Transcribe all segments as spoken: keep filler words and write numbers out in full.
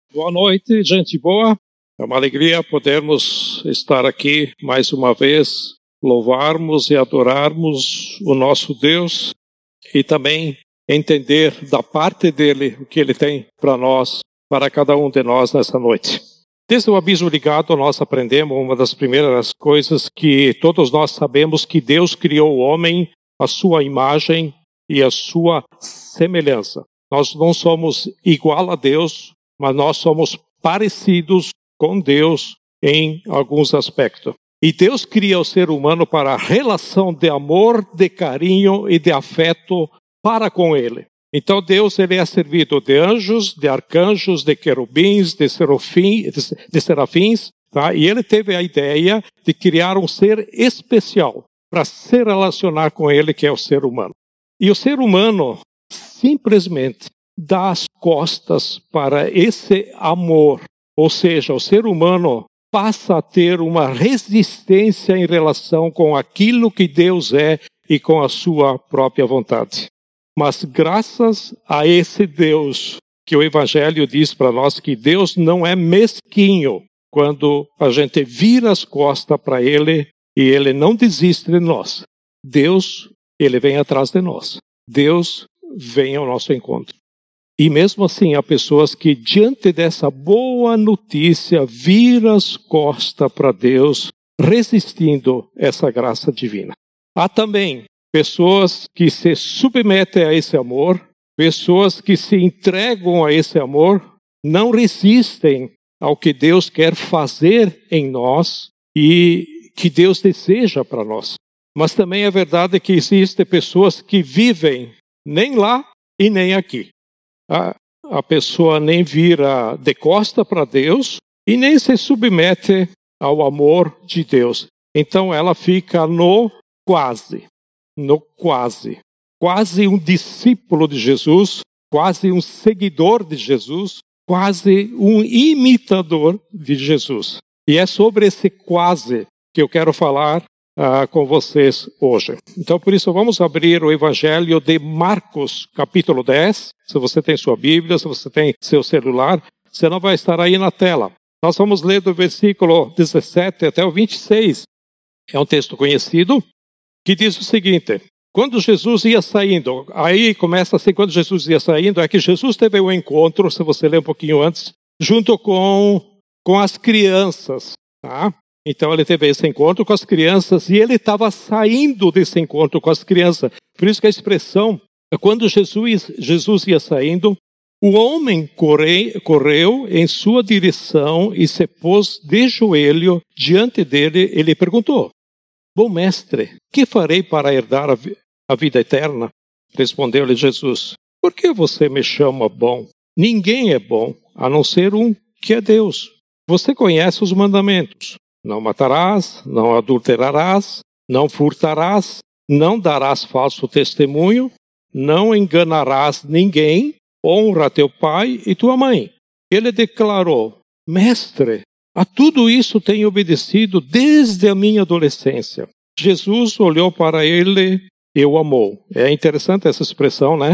Boa noite, gente boa. É uma alegria podermos estar aqui mais uma vez, louvarmos e adorarmos o nosso Deus e também entender da parte dele o que ele tem para nós, para cada um de nós nessa noite. Desde o Abismo Ligado nós aprendemos uma das primeiras coisas que todos nós sabemos, que Deus criou o homem à sua imagem e à sua semelhança. Nós não somos igual a Deus, mas nós somos parecidos com Deus em alguns aspectos. E Deus cria o ser humano para a relação de amor, de carinho e de afeto para com ele. Então Deus ele é servido de anjos, de arcanjos, de querubins, de, serafim, de serafins, tá? E ele teve a ideia de criar um ser especial para se relacionar com ele, que é o ser humano. E o ser humano simplesmente dá as costas para esse amor. Ou seja, o ser humano passa a ter uma resistência em relação com aquilo que Deus é e com a sua própria vontade. Mas graças a esse Deus, que o Evangelho diz para nós que Deus não é mesquinho quando a gente vira as costas para Ele e Ele não desiste de nós. Deus, Ele vem atrás de nós. Deus vem ao nosso encontro. E mesmo assim, há pessoas que, diante dessa boa notícia, viram as costas para Deus, resistindo essa graça divina. Há também pessoas que se submetem a esse amor, pessoas que se entregam a esse amor, não resistem ao que Deus quer fazer em nós e que Deus deseja para nós. Mas também é verdade que existem pessoas que vivem nem lá e nem aqui. A, a pessoa nem vira de costa para Deus e nem se submete ao amor de Deus. Então ela fica no quase, no quase. Quase um discípulo de Jesus, quase um seguidor de Jesus, quase um imitador de Jesus. E é sobre esse quase que eu quero falar Uh, com vocês hoje. Então, por isso, vamos abrir o Evangelho de Marcos, capítulo dez. Se você tem sua Bíblia, se você tem seu celular, senão vai estar aí na tela. Nós vamos ler do versículo dezessete até o vinte e seis. É um texto conhecido, que diz o seguinte: quando Jesus ia saindo, aí começa assim, quando Jesus ia saindo, é que Jesus teve um encontro, se você ler um pouquinho antes, junto com, com as crianças, tá? Então ele teve esse encontro com as crianças e ele estava saindo desse encontro com as crianças. Por isso que a expressão, quando Jesus, Jesus ia saindo, o homem corre, correu em sua direção e se pôs de joelho diante dele. Ele perguntou: bom mestre, que farei para herdar a, vi- a vida eterna? Respondeu-lhe Jesus: por que você me chama bom? Ninguém é bom, a não ser um, que é Deus. Você conhece os mandamentos: não matarás, não adulterarás, não furtarás, não darás falso testemunho, não enganarás ninguém, honra teu pai e tua mãe. Ele declarou: mestre, a tudo isso tenho obedecido desde a minha adolescência. Jesus olhou para ele e o amou. É interessante essa expressão, né?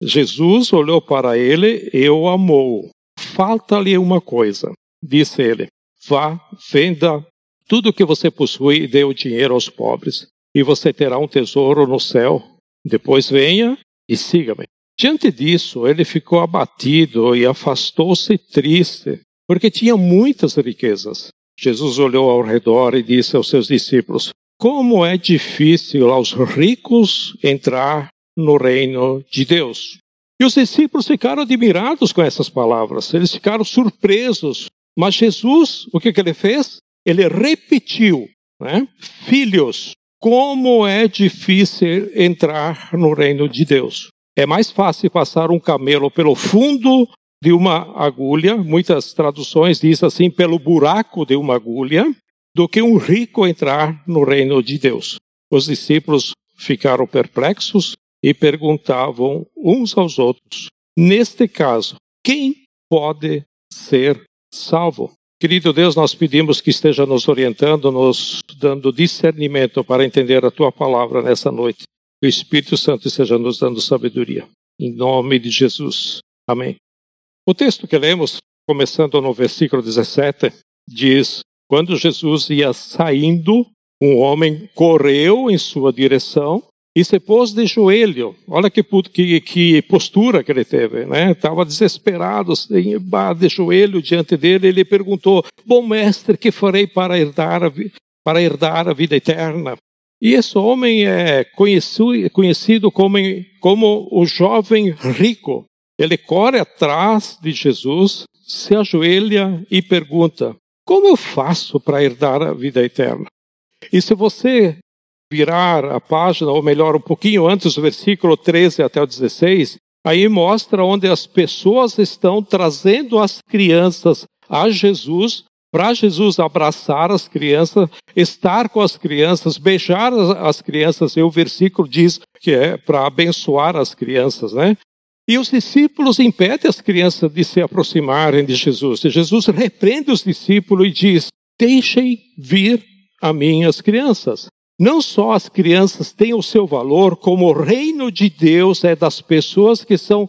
Jesus olhou para ele e o amou. Falta-lhe uma coisa, disse ele: vá, venda tudo o que você possui e dê o dinheiro aos pobres, e você terá um tesouro no céu. Depois venha e siga-me. Diante disso, ele ficou abatido e afastou-se triste, porque tinha muitas riquezas. Jesus olhou ao redor e disse aos seus discípulos: como é difícil aos ricos entrar no reino de Deus. E os discípulos ficaram admirados com essas palavras, eles ficaram surpresos. Mas Jesus, o que, que ele fez? Ele repetiu, né? Filhos, como é difícil entrar no reino de Deus. É mais fácil passar um camelo pelo fundo de uma agulha, muitas traduções dizem assim, pelo buraco de uma agulha, do que um rico entrar no reino de Deus. Os discípulos ficaram perplexos e perguntavam uns aos outros: neste caso, quem pode ser salvo? Querido Deus, nós pedimos que esteja nos orientando, nos dando discernimento para entender a Tua palavra nessa noite. Que o Espírito Santo esteja nos dando sabedoria. Em nome de Jesus. Amém. O texto que lemos começando no versículo dezessete, diz: quando Jesus ia saindo, um homem correu em sua direção e se pôs de joelho. Olha que, que, que postura que ele teve, né? Estava desesperado, de joelho diante dele. Ele perguntou: bom mestre, que farei para herdar a, para herdar a vida eterna? E esse homem é conhecido, conhecido como, como o jovem rico. Ele corre atrás de Jesus, se ajoelha e pergunta: como eu faço para herdar a vida eterna? E se você virar a página, ou melhor, um pouquinho antes do versículo treze até o dezesseis, aí mostra onde as pessoas estão trazendo as crianças a Jesus, para Jesus abraçar as crianças, estar com as crianças, beijar as crianças. E o versículo diz que é para abençoar as crianças, né? E os discípulos impedem as crianças de se aproximarem de Jesus. E Jesus repreende os discípulos e diz: deixem vir a mim as crianças. Não só as crianças têm o seu valor, como o reino de Deus é das pessoas que são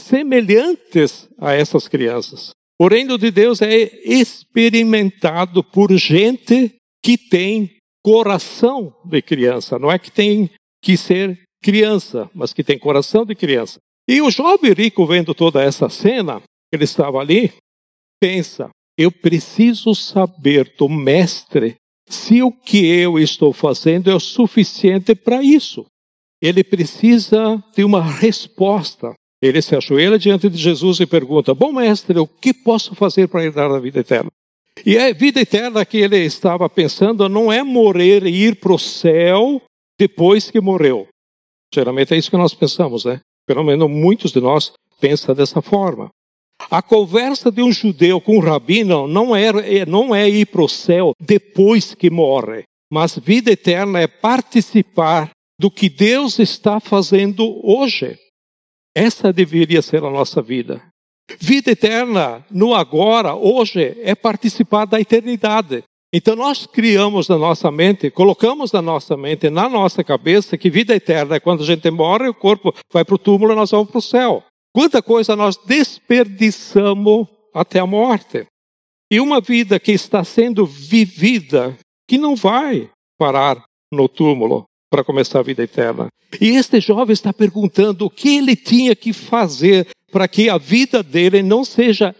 semelhantes a essas crianças. O reino de Deus é experimentado por gente que tem coração de criança. Não é que tem que ser criança, mas que tem coração de criança. E o jovem rico, vendo toda essa cena, ele estava ali, pensa: eu preciso saber do mestre se o que eu estou fazendo é o suficiente para isso. Ele precisa de uma resposta. Ele se ajoelha diante de Jesus e pergunta: bom mestre, o que posso fazer para herdar a vida eterna? E a vida eterna que ele estava pensando não é morrer e ir para o céu depois que morreu. Geralmente é isso que nós pensamos, né? Pelo menos muitos de nós pensam dessa forma. A conversa de um judeu com um rabino não é, não é ir para o céu depois que morre, mas vida eterna é participar do que Deus está fazendo hoje. Essa deveria ser a nossa vida. Vida eterna no agora, hoje, é participar da eternidade. Então nós criamos na nossa mente, colocamos na nossa mente, na nossa cabeça, que vida eterna é quando a gente morre, o corpo vai para o túmulo e nós vamos para o céu. Quanta coisa nós desperdiçamos até a morte. E uma vida que está sendo vivida, que não vai parar no túmulo para começar a vida eterna. E este jovem está perguntando o que ele tinha que fazer para que a vida dele não seja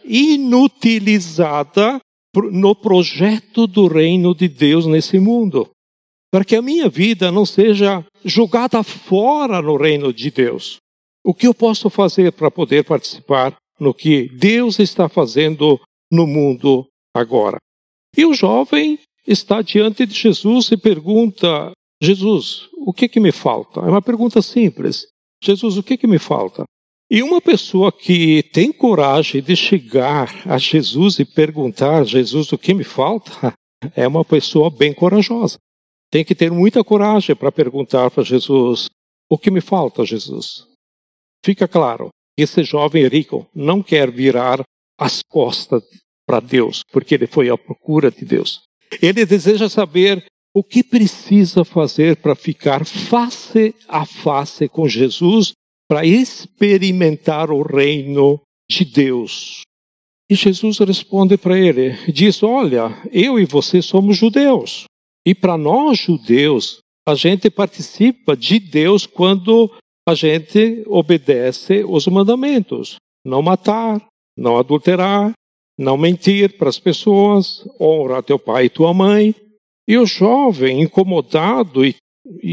inutilizada no projeto do reino de Deus nesse mundo. Para que a minha vida não seja jogada fora no reino de Deus. O que eu posso fazer para poder participar no que Deus está fazendo no mundo agora? E o jovem está diante de Jesus e pergunta: Jesus, o que que me falta? É uma pergunta simples. Jesus, o que que me falta? E uma pessoa que tem coragem de chegar a Jesus e perguntar: Jesus, o que me falta? É uma pessoa bem corajosa. Tem que ter muita coragem para perguntar para Jesus: o que me falta, Jesus? Fica claro, esse jovem rico não quer virar as costas para Deus, porque ele foi à procura de Deus. Ele deseja saber o que precisa fazer para ficar face a face com Jesus, para experimentar o reino de Deus. E Jesus responde para ele, diz: olha, eu e você somos judeus. E para nós judeus, a gente participa de Deus quando a gente obedece os mandamentos. Não matar, não adulterar, não mentir para as pessoas, honrar teu pai e tua mãe. E o jovem, incomodado, e,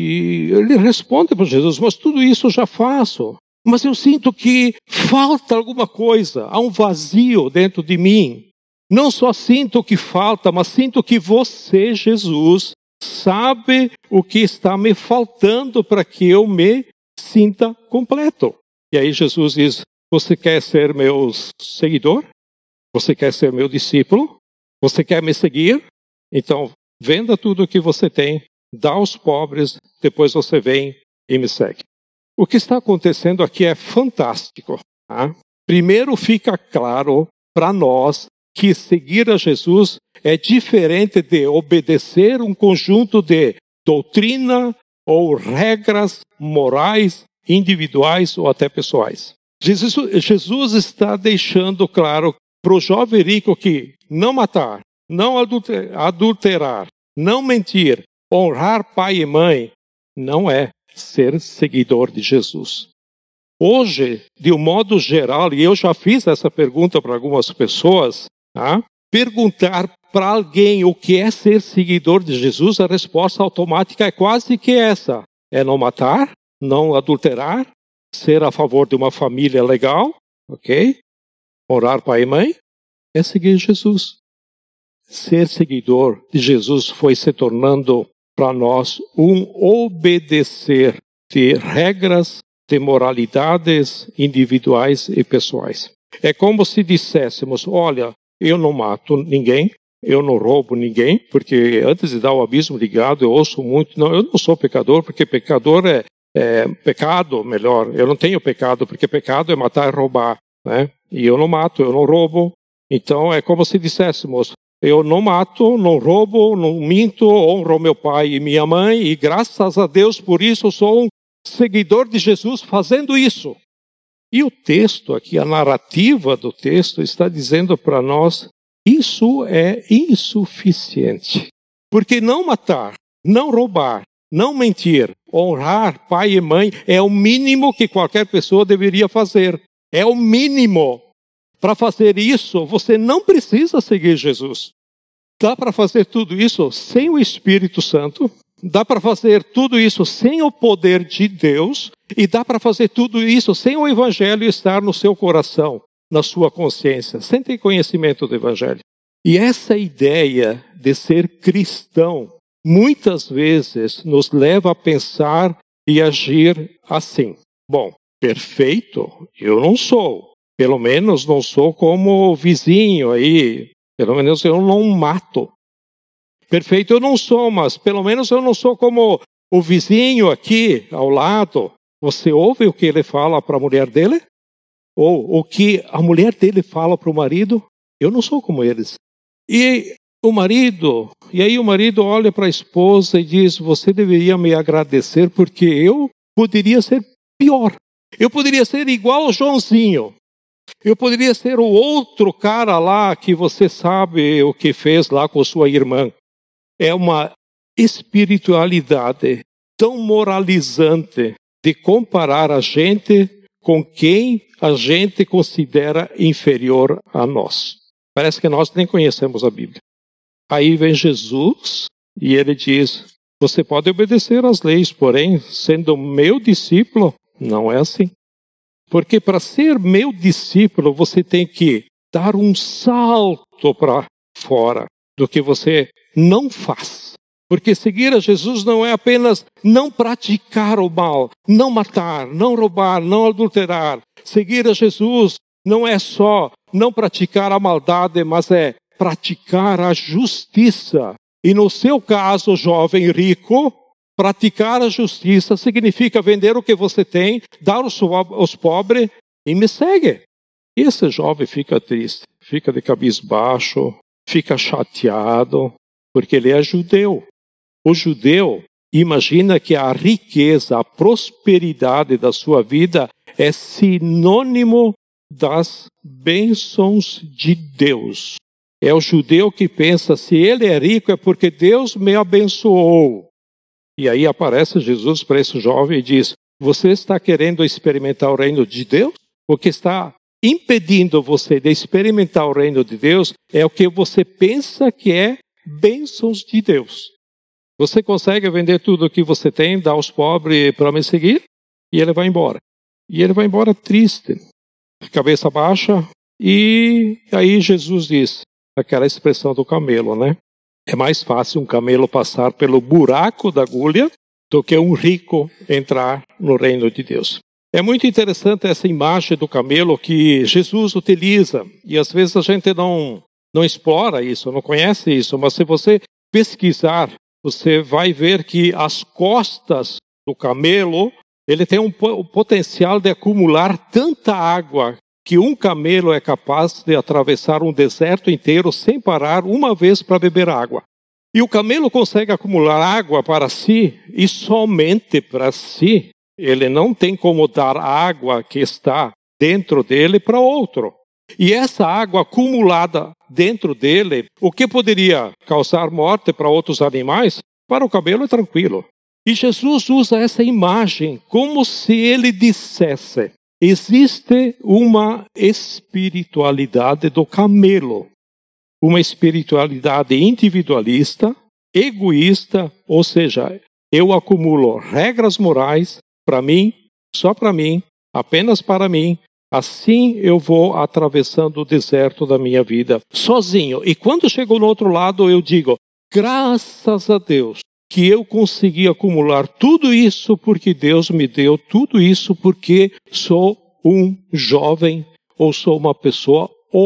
e ele responde para Jesus: mas tudo isso eu já faço. Mas eu sinto que falta alguma coisa, há um vazio dentro de mim. Não só sinto que falta, mas sinto que você, Jesus, sabe o que está me faltando para que eu me sinta completo. E aí Jesus diz: você quer ser meu seguidor? Você quer ser meu discípulo? Você quer me seguir? Então, venda tudo o que você tem, dá aos pobres, depois você vem e me segue. O que está acontecendo aqui é fantástico. Tá? Primeiro fica claro para nós que seguir a Jesus é diferente de obedecer um conjunto de doutrina ou regras morais, individuais ou até pessoais. Jesus, Jesus está deixando claro para o jovem rico que não matar, não adulterar, não mentir, honrar pai e mãe, não é ser seguidor de Jesus. Hoje, de um modo geral, e eu já fiz essa pergunta para algumas pessoas, tá? Perguntar para alguém o que é ser seguidor de Jesus, a resposta automática é quase que essa. É não matar, não adulterar, ser a favor de uma família legal, ok? Honrar pai e mãe, é seguir Jesus. Ser seguidor de Jesus foi se tornando para nós um obedecer de regras, de moralidades individuais e pessoais. É como se disséssemos, olha, eu não mato ninguém, eu não roubo ninguém, porque antes de dar o abismo ligado, eu ouço muito, não, eu não sou pecador, porque pecador é, é pecado, melhor, eu não tenho pecado, porque pecado é matar e roubar, né? E eu não mato, eu não roubo. Então é como se disséssemos, eu não mato, não roubo, não minto, honro meu pai e minha mãe, e graças a Deus por isso eu sou um seguidor de Jesus fazendo isso. E o texto aqui, a narrativa do texto está dizendo para nós, isso é insuficiente. Porque não matar, não roubar, não mentir, honrar pai e mãe é o mínimo que qualquer pessoa deveria fazer. É o mínimo. Para fazer isso, você não precisa seguir Jesus. Dá para fazer tudo isso sem o Espírito Santo. Dá para fazer tudo isso sem o poder de Deus. E dá para fazer tudo isso sem o Evangelho estar no seu coração, na sua consciência, sem ter conhecimento do Evangelho. E essa ideia de ser cristão, muitas vezes nos leva a pensar e agir assim. Bom, perfeito, eu não sou. Pelo menos não sou como o vizinho aí. Pelo menos eu não mato. Perfeito eu não sou, mas pelo menos eu não sou como o vizinho aqui ao lado. Você ouve o que ele fala para a mulher dele? Ou o que a mulher dele fala para o marido? Eu não sou como eles. E o marido, e aí o marido olha para a esposa e diz, você deveria me agradecer porque eu poderia ser pior. Eu poderia ser igual ao Joãozinho. Eu poderia ser o outro cara lá que você sabe o que fez lá com sua irmã. É uma espiritualidade tão moralizante de comparar a gente com quem a gente considera inferior a nós. Parece que nós nem conhecemos a Bíblia. Aí vem Jesus e ele diz, você pode obedecer às leis, porém, sendo meu discípulo, não é assim. Porque para ser meu discípulo, você tem que dar um salto para fora do que você não faz. Porque seguir a Jesus não é apenas não praticar o mal, não matar, não roubar, não adulterar. Seguir a Jesus não é só não praticar a maldade, mas é praticar a justiça. E no seu caso, jovem rico, praticar a justiça significa vender o que você tem, dar aos pobres e me segue. E esse jovem fica triste, fica de cabisbaixo, fica chateado, porque ele é judeu. O judeu imagina que a riqueza, a prosperidade da sua vida é sinônimo das bênçãos de Deus. É o judeu que pensa, se ele é rico é porque Deus me abençoou. E aí aparece Jesus para esse jovem e diz, você está querendo experimentar o reino de Deus? O que está impedindo você de experimentar o reino de Deus é o que você pensa que é bênçãos de Deus. Você consegue vender tudo o que você tem, dar aos pobres para me seguir? E ele vai embora. E ele vai embora triste, cabeça baixa. E aí Jesus diz, aquela expressão do camelo, né? É mais fácil um camelo passar pelo buraco da agulha do que um rico entrar no reino de Deus. É muito interessante essa imagem do camelo que Jesus utiliza. E às vezes a gente não, não explora isso, não conhece isso. Mas se você pesquisar, você vai ver que as costas do camelo, ele tem um, o potencial de acumular tanta água que um camelo é capaz de atravessar um deserto inteiro sem parar uma vez para beber água. E o camelo consegue acumular água para si e somente para si. Ele não tem como dar água que está dentro dele para outro. E essa água acumulada dentro dele, o que poderia causar morte para outros animais, para o camelo é tranquilo. E Jesus usa essa imagem como se ele dissesse: existe uma espiritualidade do camelo, uma espiritualidade individualista, egoísta, ou seja, eu acumulo regras morais para mim, só para mim, apenas para mim. Assim eu vou atravessando o deserto da minha vida, sozinho. E quando chego no outro lado, eu digo: graças a Deus que eu consegui acumular tudo isso, porque Deus me deu tudo isso, porque sou um jovem ou sou uma pessoa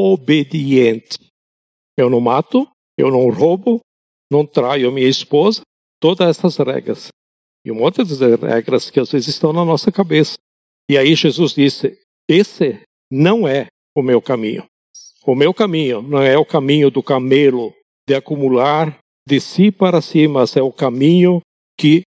obediente. Eu não mato, eu não roubo, não traio minha esposa, todas essas regras. E um monte de regras que às vezes estão na nossa cabeça. E aí Jesus disse: esse não é o meu caminho. O meu caminho não é o caminho do camelo, de acumular de si para si, mas é o caminho que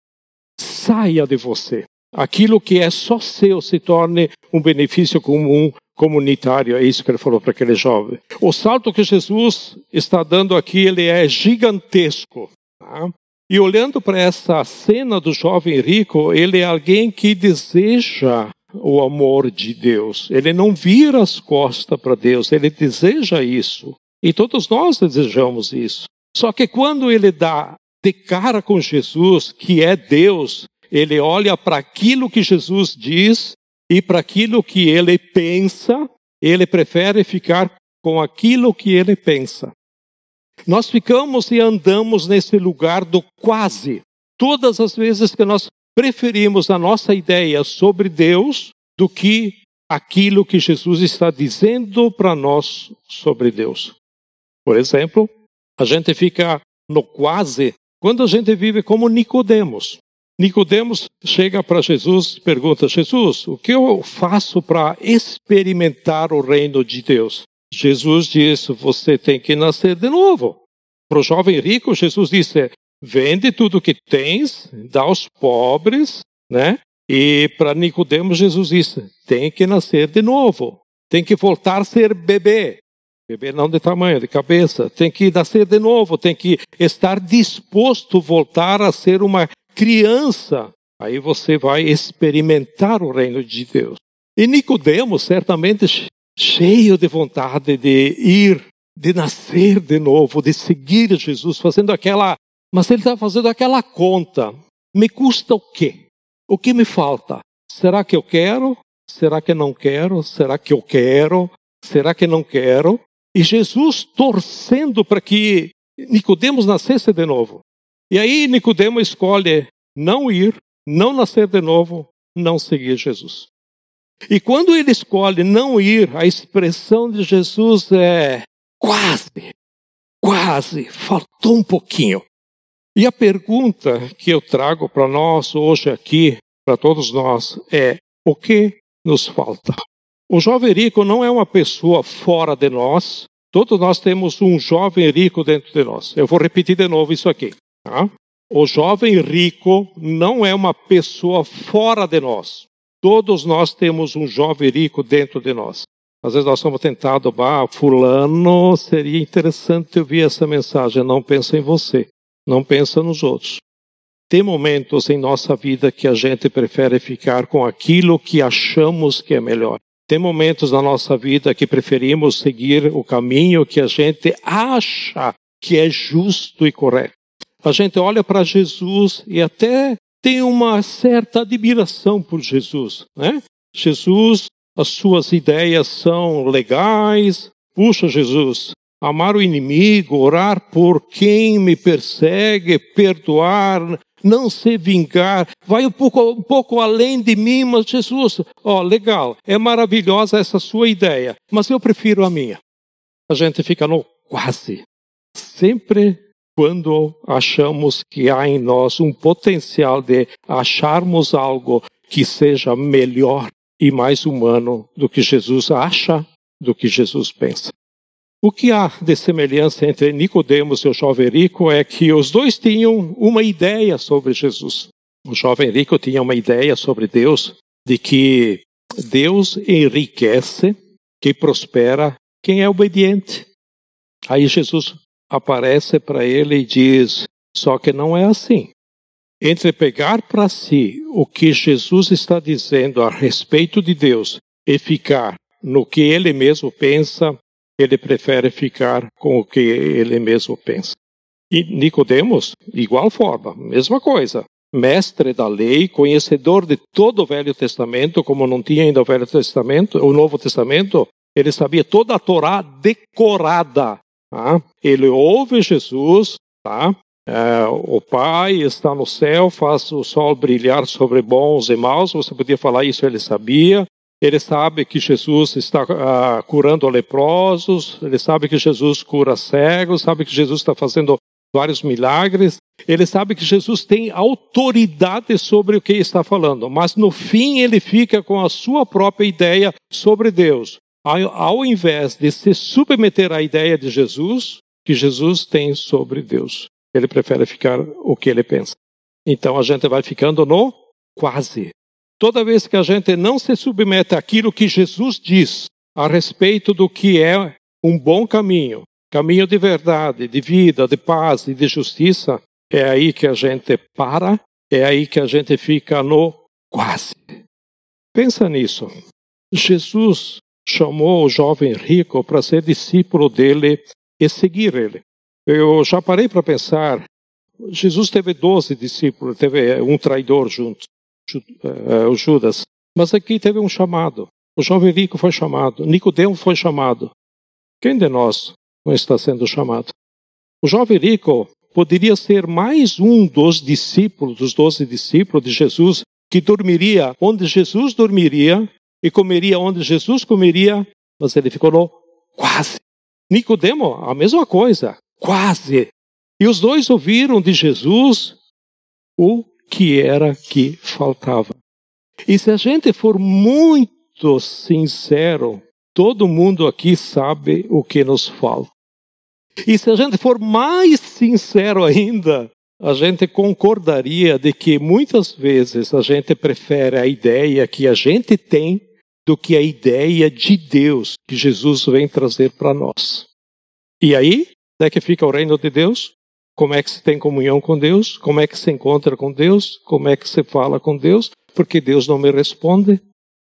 saia de você. Aquilo que é só seu se torne um benefício comum, comunitário. É isso que ele falou para aquele jovem. O salto que Jesus está dando aqui, ele é gigantesco. Tá? E olhando para essa cena do jovem rico, ele é alguém que deseja o amor de Deus. Ele não vira as costas para Deus, ele deseja isso. E todos nós desejamos isso. Só que quando ele dá de cara com Jesus, que é Deus, ele olha para aquilo que Jesus diz e para aquilo que ele pensa, ele prefere ficar com aquilo que ele pensa. Nós ficamos e andamos nesse lugar do quase. Todas as vezes que nós preferimos a nossa ideia sobre Deus do que aquilo que Jesus está dizendo para nós sobre Deus. Por exemplo, a gente fica no quase quando a gente vive como Nicodemos. Nicodemos chega para Jesus e pergunta: Jesus, o que eu faço para experimentar o reino de Deus? Jesus disse: você tem que nascer de novo. Para o jovem rico, Jesus disse: vende tudo que tens, dá aos pobres, né? E para Nicodemos, Jesus disse: tem que nascer de novo. Tem que voltar a ser bebê. Bebê não de tamanho, de cabeça. Tem que nascer de novo. Tem que estar disposto a voltar a ser uma criança. Aí você vai experimentar o reino de Deus. E Nicodemos, certamente cheio de vontade de ir, de nascer de novo, de seguir Jesus, fazendo aquela... Mas ele está fazendo aquela conta. Me custa o quê? O que me falta? Será que eu quero? Será que não quero? Será que eu quero? Será que não quero? E Jesus torcendo para que Nicodemos nascesse de novo. E aí Nicodemos escolhe não ir, não nascer de novo, não seguir Jesus. E quando ele escolhe não ir, a expressão de Jesus é quase, quase, faltou um pouquinho. E a pergunta que eu trago para nós hoje aqui, para todos nós, é: o que nos falta? O jovem rico não é uma pessoa fora de nós. Todos nós temos um jovem rico dentro de nós. Eu vou repetir de novo isso aqui. Tá? O jovem rico não é uma pessoa fora de nós. Todos nós temos um jovem rico dentro de nós. Às vezes nós somos tentados, ah, fulano, seria interessante ouvir essa mensagem. Não pensa em você, não pensa nos outros. Tem momentos em nossa vida que a gente prefere ficar com aquilo que achamos que é melhor. Tem momentos na nossa vida que preferimos seguir o caminho que a gente acha que é justo e correto. A gente olha para Jesus e até tem uma certa admiração por Jesus, né? Jesus, as suas ideias são legais. Puxa, Jesus, amar o inimigo, orar por quem me persegue, perdoar, não se vingar, vai um pouco, um pouco além de mim, mas Jesus, ó, legal, é maravilhosa essa sua ideia, mas eu prefiro a minha. A gente fica no quase. Sempre quando achamos que há em nós um potencial de acharmos algo que seja melhor e mais humano do que Jesus acha, do que Jesus pensa. O que há de semelhança entre Nicodemos e o jovem rico é que os dois tinham uma ideia sobre Jesus. O jovem rico tinha uma ideia sobre Deus, de que Deus enriquece, que prospera quem é obediente. Aí Jesus aparece para ele e diz, só que não é assim. Entre pegar para si o que Jesus está dizendo a respeito de Deus e ficar no que ele mesmo pensa, ele prefere ficar com o que ele mesmo pensa. E Nicodemos, igual forma, mesma coisa. Mestre da lei, conhecedor de todo o Velho Testamento, como não tinha ainda o Velho Testamento, o Novo Testamento, ele sabia toda a Torá decorada. Tá? Ele ouve Jesus, tá? É, o Pai está no céu, faz o sol brilhar sobre bons e maus, você podia falar isso, ele sabia. Ele sabe que Jesus está uh, curando leprosos, ele sabe que Jesus cura cegos, sabe que Jesus está fazendo vários milagres. Ele sabe que Jesus tem autoridade sobre o que está falando, mas no fim ele fica com a sua própria ideia sobre Deus. Ao, ao invés de se submeter à ideia de Jesus, que Jesus tem sobre Deus. Ele prefere ficar o que ele pensa. Então a gente vai ficando no quase. Toda vez que a gente não se submete àquilo que Jesus diz a respeito do que é um bom caminho, caminho de verdade, de vida, de paz e de justiça, é aí que a gente para, é aí que a gente fica no quase. Pensa nisso. Jesus chamou o jovem rico para ser discípulo dele e seguir ele. Eu já parei para pensar, Jesus teve doze discípulos, teve um traidor junto, o Judas, mas aqui teve um chamado. O jovem rico foi chamado, Nicodemo foi chamado. Quem de nós não está sendo chamado? O jovem rico poderia ser mais um dos discípulos, dos doze discípulos de Jesus, que dormiria onde Jesus dormiria e comeria onde Jesus comeria, mas ele ficou no quase. Nicodemo, a mesma coisa, quase. E os dois ouviram de Jesus o que era que faltava. E se a gente for muito sincero, todo mundo aqui sabe o que nos falta. E se a gente for mais sincero ainda, a gente concordaria de que muitas vezes a gente prefere a ideia que a gente tem do que a ideia de Deus que Jesus vem trazer para nós. E aí, onde é que fica o reino de Deus? Como é que se tem comunhão com Deus? Como é que se encontra com Deus? Como é que se fala com Deus? Porque Deus não me responde.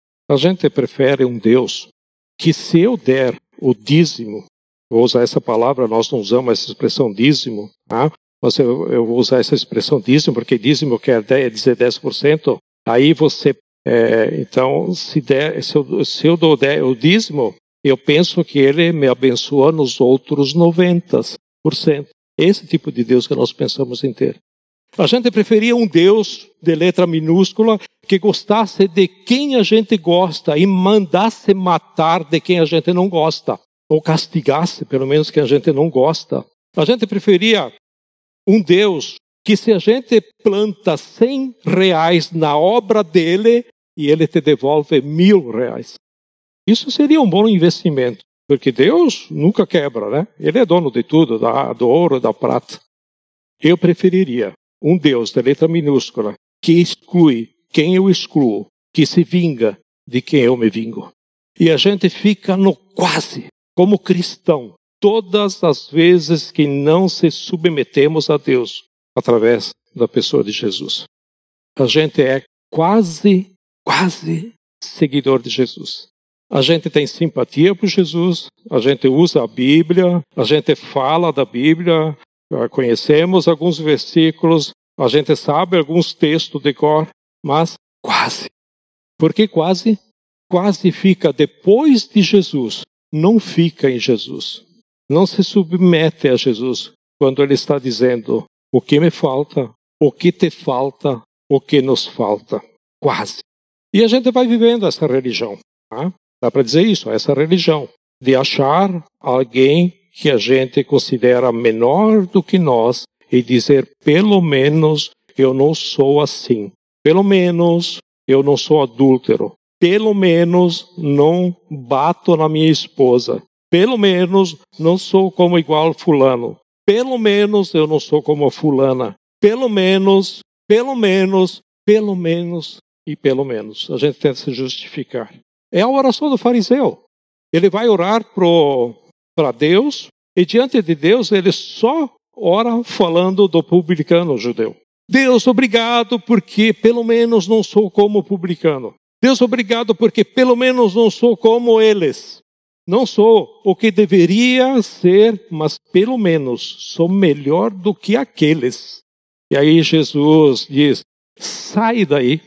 A gente prefere um Deus que, se eu der o dízimo, vou usar essa palavra, nós não usamos essa expressão dízimo, tá? Mas eu, eu vou usar essa expressão dízimo, porque dízimo quer dizer dez por cento. Aí você, é, então, se, der, se, eu, se eu dou o dízimo, eu penso que ele me abençoa nos outros noventa por cento. Esse tipo de Deus que nós pensamos em ter. A gente preferia um Deus de letra minúscula que gostasse de quem a gente gosta e mandasse matar de quem a gente não gosta. Ou castigasse, pelo menos, quem a gente não gosta. A gente preferia um Deus que, se a gente planta cem reais na obra dele, e ele te devolve mil reais. Isso seria um bom investimento. Porque Deus nunca quebra, né? Ele é dono de tudo, do ouro, da prata. Eu preferiria um Deus de letra minúscula que exclui quem eu excluo, que se vinga de quem eu me vingo. E a gente fica no quase, como cristão, todas as vezes que não se submetemos a Deus através da pessoa de Jesus. A gente é quase, quase seguidor de Jesus. A gente tem simpatia por Jesus, a gente usa a Bíblia, a gente fala da Bíblia, conhecemos alguns versículos, a gente sabe alguns textos de cor, mas quase. Por que quase? Quase fica depois de Jesus, não fica em Jesus. Não se submete a Jesus quando ele está dizendo o que me falta, o que te falta, o que nos falta. Quase. E a gente vai vivendo essa religião, tá? Dá para dizer isso, essa religião, de achar alguém que a gente considera menor do que nós e dizer, pelo menos eu não sou assim, pelo menos eu não sou adúltero, pelo menos não bato na minha esposa, pelo menos não sou como igual fulano, pelo menos eu não sou como a fulana, pelo menos, pelo menos, pelo menos e pelo menos. A gente tenta se justificar. É a oração do fariseu. Ele vai orar para Deus, e diante de Deus ele só ora falando do publicano judeu. Deus, obrigado porque pelo menos não sou como o publicano. Deus, obrigado porque pelo menos não sou como eles. Não sou o que deveria ser, mas pelo menos sou melhor do que aqueles. E aí Jesus diz, sai daí,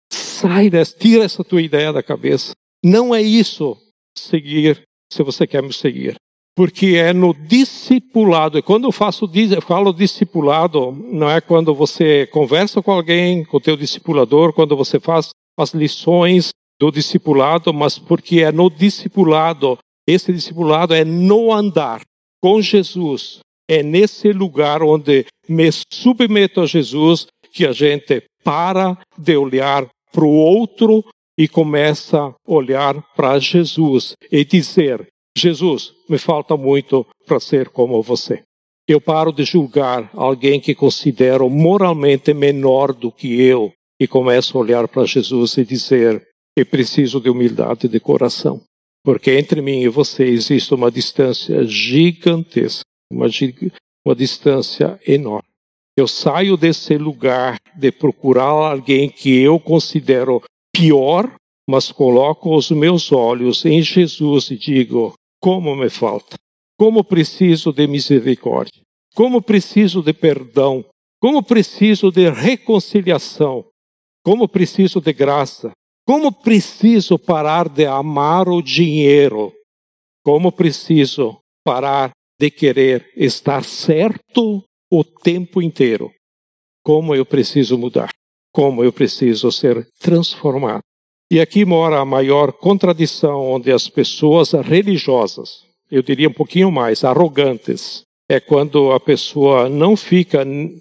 sai dessa, tira essa tua ideia da cabeça. Não é isso seguir, se você quer me seguir. Porque é no discipulado. E quando eu, faço, eu falo discipulado, não é quando você conversa com alguém, com o teu discipulador, quando você faz as lições do discipulado, mas porque é no discipulado. Esse discipulado é no andar com Jesus. É nesse lugar onde me submeto a Jesus que a gente para de olhar para o outro e começa a olhar para Jesus e dizer, Jesus, me falta muito para ser como você. Eu paro de julgar alguém que considero moralmente menor do que eu e começo a olhar para Jesus e dizer, eu preciso de humildade de coração. Porque entre mim e você existe uma distância gigantesca, uma, uma distância enorme. Eu saio desse lugar de procurar alguém que eu considero pior, mas coloco os meus olhos em Jesus e digo, como me falta, como preciso de misericórdia, como preciso de perdão, como preciso de reconciliação, como preciso de graça, como preciso parar de amar o dinheiro, como preciso parar de querer estar certo o tempo inteiro, como eu preciso mudar, como eu preciso ser transformado. E aqui mora a maior contradição, onde as pessoas religiosas, eu diria um pouquinho mais, arrogantes, é quando a pessoa não fica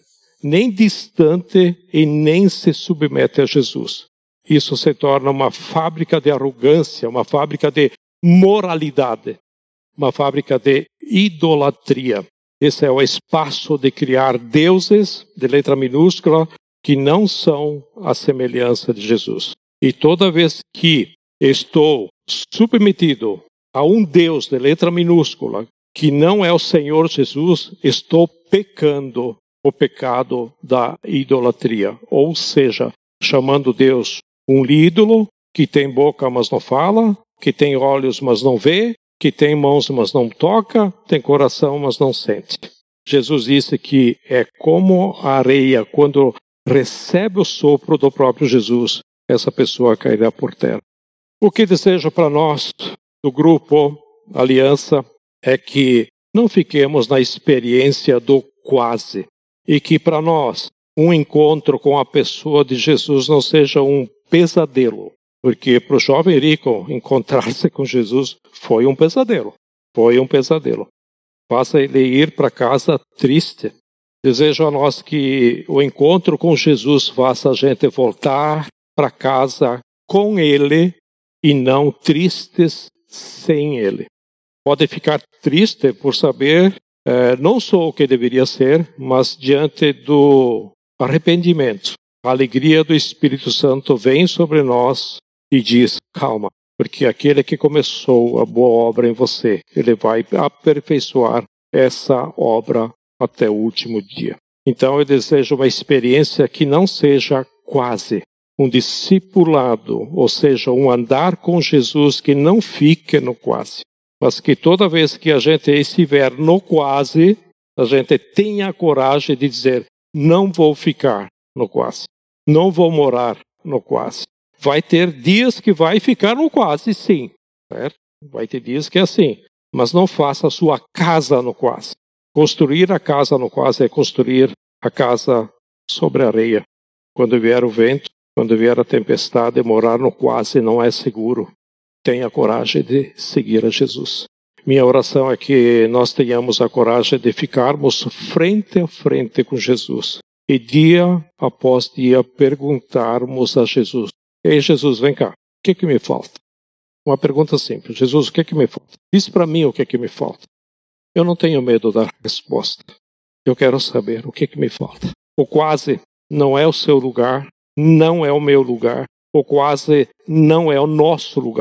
nem distante e nem se submete a Jesus. Isso se torna uma fábrica de arrogância, uma fábrica de moralidade, uma fábrica de idolatria. Esse é o espaço de criar deuses, de letra minúscula, que não são a semelhança de Jesus. E toda vez que estou submetido a um Deus de letra minúscula, que não é o Senhor Jesus, estou pecando o pecado da idolatria. Ou seja, chamando Deus um ídolo que tem boca, mas não fala, que tem olhos, mas não vê, que tem mãos, mas não toca, tem coração, mas não sente. Jesus disse que é como a areia, quando recebe o sopro do próprio Jesus, essa pessoa cairá por terra. O que desejo para nós, do grupo Aliança, é que não fiquemos na experiência do quase. E que para nós, um encontro com a pessoa de Jesus não seja um pesadelo. Porque para o jovem rico, encontrar-se com Jesus foi um pesadelo. Foi um pesadelo. Faça ele ir para casa triste. Desejo a nós que o encontro com Jesus faça a gente voltar para casa com Ele e não tristes sem Ele. Pode ficar triste por saber, eh, não sou o que deveria ser, mas diante do arrependimento, a alegria do Espírito Santo vem sobre nós e diz, calma, porque aquele que começou a boa obra em você, Ele vai aperfeiçoar essa obra até o último dia. Então eu desejo uma experiência que não seja quase, um discipulado, ou seja, um andar com Jesus que não fique no quase, mas que toda vez que a gente estiver no quase, a gente tenha a coragem de dizer, não vou ficar no quase, não vou morar no quase. Vai ter dias que vai ficar no quase, sim, certo? Vai ter dias que é assim, mas não faça a sua casa no quase. Construir a casa no quase é construir a casa sobre a areia. Quando vier o vento, quando vier a tempestade, morar no quase não é seguro. Tenha coragem de seguir a Jesus. Minha oração é que nós tenhamos a coragem de ficarmos frente a frente com Jesus. E dia após dia perguntarmos a Jesus. Ei, Jesus, vem cá. O que é que me falta? Uma pergunta simples. Jesus, o que é que me falta? Diz para mim o que é que me falta. Eu não tenho medo da resposta. Eu quero saber o que é que me falta. O quase não é o seu lugar, não é o meu lugar. O quase não é o nosso lugar.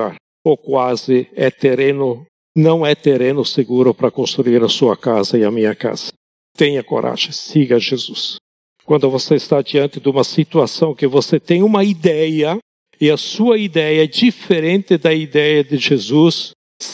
ou quase é terreno, não é terreno seguro para construir a sua casa e a minha casa. Tenha coragem, siga Jesus. Quando você está diante de uma situação que você tem uma ideia, e a sua ideia é diferente da ideia de Jesus,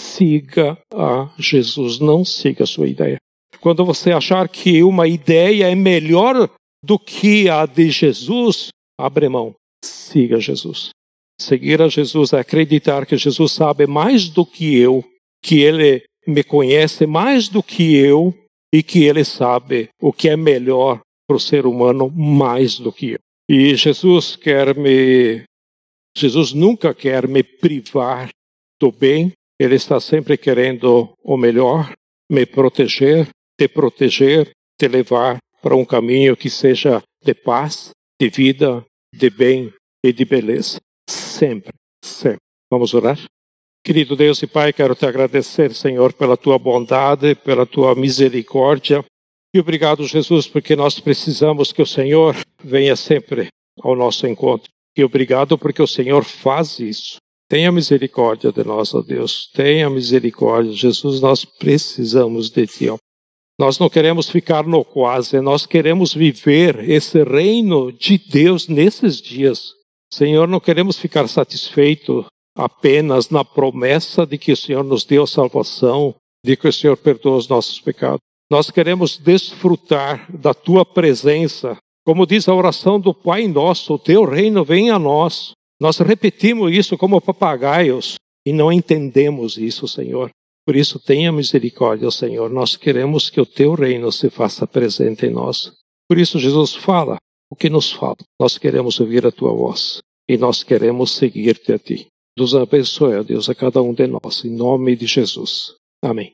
siga a Jesus, não siga a sua ideia. Quando você achar que uma ideia é melhor do que a de Jesus, abre mão, siga Jesus. Seguir a Jesus é acreditar que Jesus sabe mais do que eu, que Ele me conhece mais do que eu e que Ele sabe o que é melhor para o ser humano mais do que eu. E Jesus quer me... Jesus nunca quer me privar do bem. Ele está sempre querendo o melhor, me proteger, te proteger, te levar para um caminho que seja de paz, de vida, de bem e de beleza. Sempre, sempre. Vamos orar? Querido Deus e Pai, quero te agradecer, Senhor, pela tua bondade, pela tua misericórdia. E obrigado, Jesus, porque nós precisamos que o Senhor venha sempre ao nosso encontro. E obrigado porque o Senhor faz isso. Tenha misericórdia de nós, ó Deus. Tenha misericórdia. Jesus, nós precisamos de Ti, ó. Nós não queremos ficar no quase, nós queremos viver esse reino de Deus nesses dias. Senhor, não queremos ficar satisfeitos apenas na promessa de que o Senhor nos deu salvação, de que o Senhor perdoa os nossos pecados. Nós queremos desfrutar da Tua presença. Como diz a oração do Pai Nosso, o Teu reino venha a nós. Nós repetimos isso como papagaios e não entendemos isso, Senhor. Por isso, tenha misericórdia, Senhor. Nós queremos que o Teu reino se faça presente em nós. Por isso, Jesus, fala o que nos falta. Nós queremos ouvir a Tua voz e nós queremos seguir-te a Ti. Nos abençoe, Deus, a cada um de nós, em nome de Jesus. Amém.